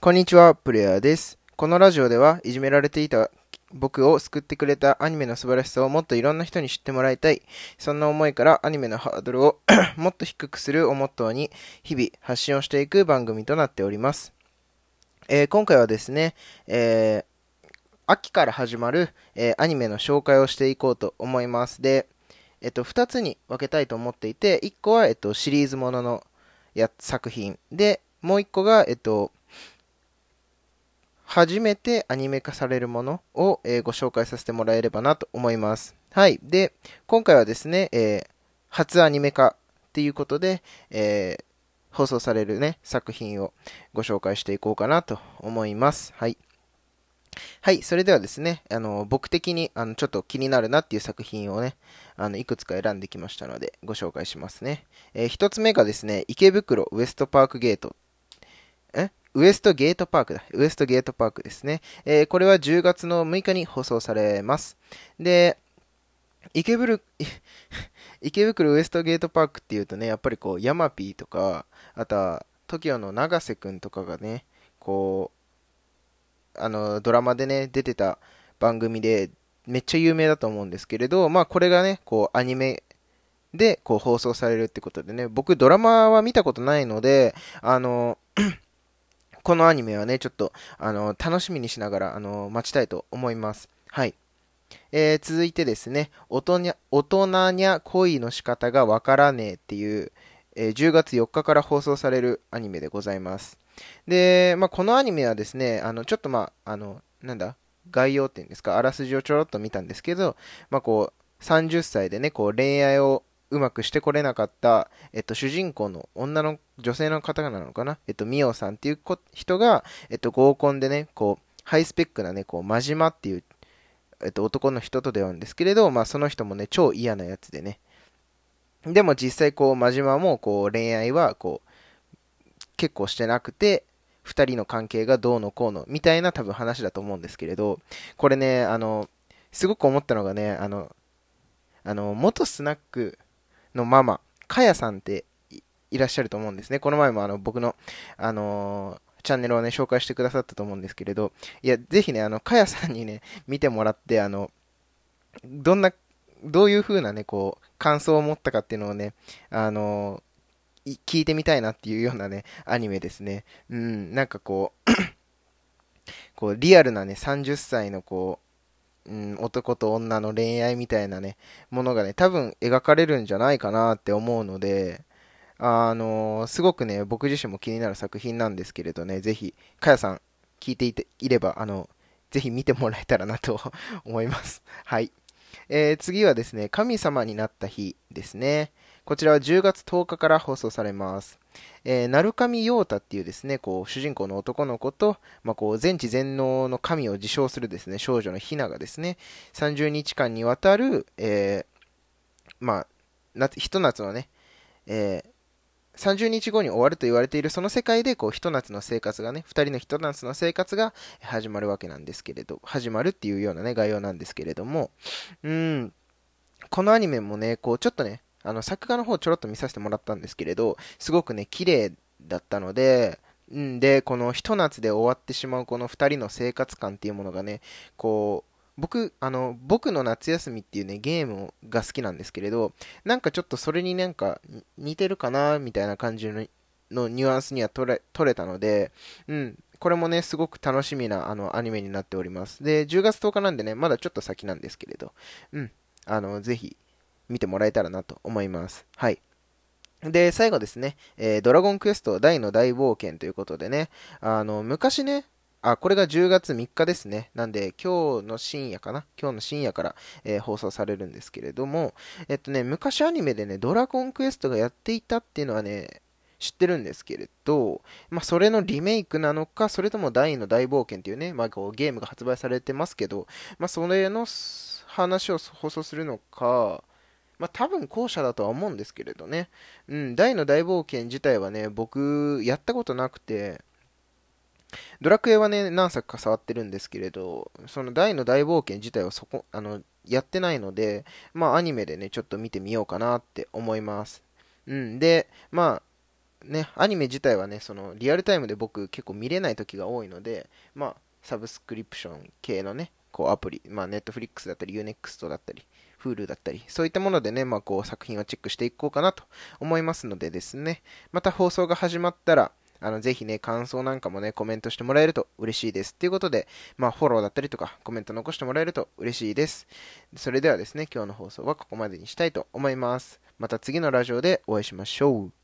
こんにちは、プレイヤーです。このラジオではいじめられていた僕を救ってくれたアニメの素晴らしさをもっといろんな人に知ってもらいたい。そんな思いからアニメのハードルをもっと低くするをモットーに日々発信をしていく番組となっております。今回はですね、秋から始まる、アニメの紹介をしていこうと思います。で、2つに分けたいと思っていて、1個は、シリーズものの作品で、もう1個が、初めてアニメ化されるものを、ご紹介させてもらえればなと思います。はい。で、今回はですね、初アニメ化っていうことで、放送されるね、作品をご紹介していこうかなと思います。はい。はい。それではですね、僕的に、ちょっと気になるなっていう作品をね、いくつか選んできましたので、ご紹介しますね。一つ目がですね、池袋ウエストパークゲートウエストゲートパークだ。ウエストゲートパークですね。これは10月の6日に放送されます。で、池袋、池袋ウエストゲートパークっていうとね、やっぱりこう、ヤマピーとか、あとは、TOKIO の永瀬くんとかがね、こドラマでね、出てた番組で、めっちゃ有名だと思うんですけれど、まあこれがね、こう、アニメでこう放送されるってことでね、僕ドラマは見たことないので、このアニメはね、ちょっと、楽しみにしながら、待ちたいと思います。はい。続いてですね、大人にゃ恋の仕方がわからねえっていう、10月4日から放送されるアニメでございます。で、まあ、このアニメはですね、ちょっとまあ、なんだ、概要っていうんですか、あらすじをちょろっと見たんですけど、まあ、こう、30歳でね、こう、恋愛をうまくしてこれなかった、主人公の女性の方なのかな、ミオさんっていう人が、合コンでね、こう、ハイスペックなね、こう、真島っていう、男の人と出会うんですけれど、まあ、その人もね、超嫌なやつでね。でも実際、こう、真島も、こう、恋愛は、こう、結構してなくて、二人の関係がどうのこうの、みたいな多分話だと思うんですけれど、これね、すごく思ったのがね、元スナックのママ、かやさんっていらっしゃると思うんですね。この前も僕の、チャンネルをね、紹介してくださったと思うんですけれど、いや、ぜひね、かやさんにね、見てもらって、どんな、どういう風なね、こう、感想を持ったかっていうのをね、あの聞いてみたいなっていうようなね、アニメですね。うん、なんかこう、こう、リアルなね、30歳のこう、男と女の恋愛みたいなね、ものがね、多分描かれるんじゃないかなって思うので、すごくね、僕自身も気になる作品なんですけれどね、ぜひ、かやさん、聞いていれば、ぜひ見てもらえたらなと思います。はい。次はですね、神様になった日ですね。こちらは10月10日から放送されます。鳴神陽太っていうですね、こう、主人公の男の子と、まあ、こう、全知全能の神を自称するですね、少女のひながですね、30日間にわたる、まあ、ひと夏のね、え30日後に終わると言われているその世界で、こう、ひと夏の生活がね、二人のひと夏の生活が始まるわけなんですけれど、始まるっていうようなね、概要なんですけれども、うん、このアニメもね、こう、ちょっとね、作画の方ちょろっと見させてもらったんですけれど、すごくね、綺麗だったので、で、このひと夏で終わってしまうこの二人の生活感っていうものがね、こう、僕の夏休みっていうね、ゲームが好きなんですけれど、なんかちょっとそれになんか似てるかな、みたいな感じのニュアンスには取れたので、これもね、すごく楽しみなアニメになっております。で、10月10日なんでね、まだちょっと先なんですけれど、ぜひ見てもらえたらなと思います。はい。で、最後ですね、ドラゴンクエスト大の大冒険ということでね、昔ね、これが10月3日ですね。なんで、今日の深夜かな今日の深夜から、放送されるんですけれども、昔アニメでね、ドラゴンクエストがやっていたっていうのはね、知ってるんですけれど、まあ、それのリメイクなのか、それとも大の大冒険っていうね、まあ、こうゲームが発売されてますけど、まあ、それの話を放送するのか、まあ多分後者だとは思うんですけれどね。大の大冒険自体はね、僕やったことなくて、ドラクエはね、何作か触ってるんですけれど、その大の大冒険自体はやってないので、まあアニメでね、ちょっと見てみようかなって思います。で、まあ、 ね、アニメ自体はね、そのリアルタイムで僕結構見れない時が多いので、サブスクリプション系のね、こうアプリ、ネットフリックスだったり、UNEXT だったり、Hulu だったり、そういったものでね、こう作品をチェックしていこうかなと思いますのでですね、また放送が始まったら、ぜひね、感想なんかもね、コメントしてもらえると嬉しいです。ということで、フォローだったりとか、コメント残してもらえると嬉しいです。それではですね、今日の放送はここまでにしたいと思います。また次のラジオでお会いしましょう。